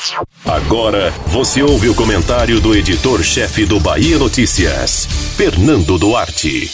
Agora você ouve o comentário do editor-chefe do Bahia Notícias, Fernando Duarte.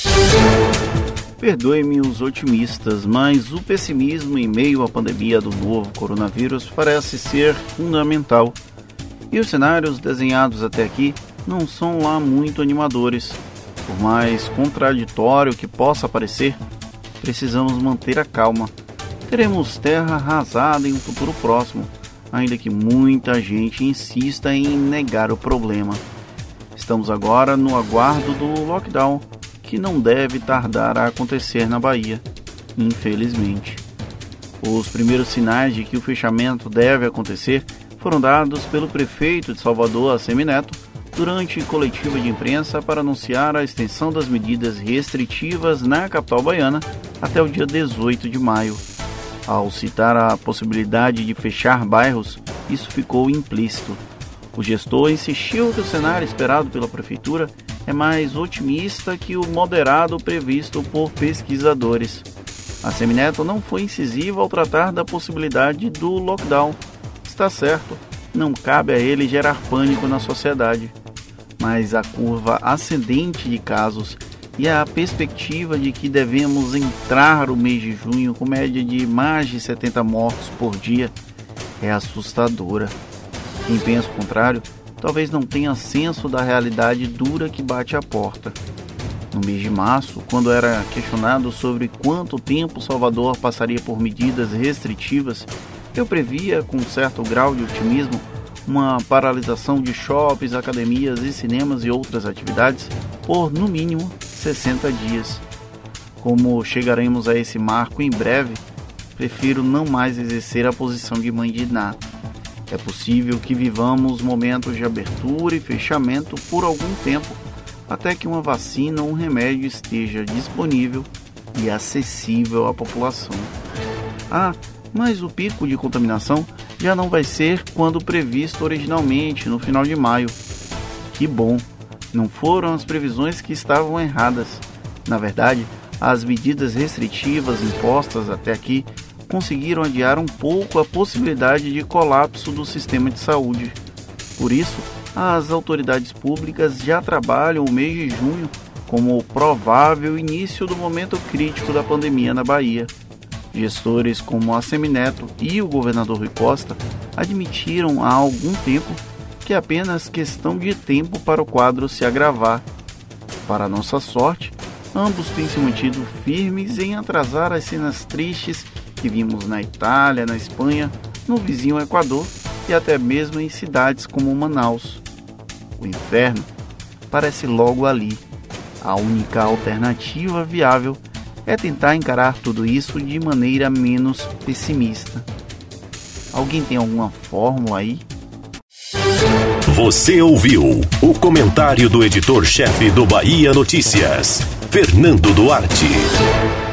Perdoe-me os otimistas, mas o pessimismo em meio à pandemia do novo coronavírus parece ser fundamental. E os cenários desenhados até aqui não são lá muito animadores. Por mais contraditório que possa parecer, precisamos manter a calma. Teremos terra arrasada em um futuro próximo, ainda que muita gente insista em negar o problema. Estamos agora no aguardo do lockdown, que não deve tardar a acontecer na Bahia, infelizmente. Os primeiros sinais de que o fechamento deve acontecer foram dados pelo prefeito de Salvador, Assemineto, durante coletiva de imprensa para anunciar a extensão das medidas restritivas na capital baiana até o dia 18 de maio. Ao citar a possibilidade de fechar bairros, isso ficou implícito. O gestor insistiu que o cenário esperado pela prefeitura é mais otimista que o moderado previsto por pesquisadores. Assemineto não foi incisivo ao tratar da possibilidade do lockdown. Está certo, não cabe a ele gerar pânico na sociedade. Mas a curva ascendente de casos e a perspectiva de que devemos entrar o mês de junho com média de mais de 70 mortos por dia é assustadora. Quem pensa o contrário, talvez não tenha senso da realidade dura que bate à porta. No mês de março, quando era questionado sobre quanto tempo Salvador passaria por medidas restritivas, eu previa, com certo grau de otimismo, uma paralisação de shoppings, academias e cinemas e outras atividades por, no mínimo, 60 dias. Como chegaremos a esse marco em breve, prefiro não mais exercer a posição de mãe de Ná. É possível que vivamos momentos de abertura e fechamento por algum tempo, até que uma vacina ou um remédio esteja disponível e acessível à população. Mas o pico de contaminação já não vai ser quando previsto originalmente, no final de maio. Que bom! Não foram as previsões que estavam erradas. Na verdade, as medidas restritivas impostas até aqui conseguiram adiar um pouco a possibilidade de colapso do sistema de saúde. Por isso, as autoridades públicas já trabalham o mês de junho como o provável início do momento crítico da pandemia na Bahia. Gestores como Assemineto e o governador Rui Costa admitiram há algum tempo que é apenas questão de tempo para o quadro se agravar. Para nossa sorte, ambos têm se mantido firmes em atrasar as cenas tristes que vimos na Itália, na Espanha, no vizinho Equador e até mesmo em cidades como Manaus. O inferno parece logo ali. A única alternativa viável é tentar encarar tudo isso de maneira menos pessimista. Alguém tem alguma fórmula aí? Você ouviu o comentário do editor-chefe do Bahia Notícias, Fernando Duarte.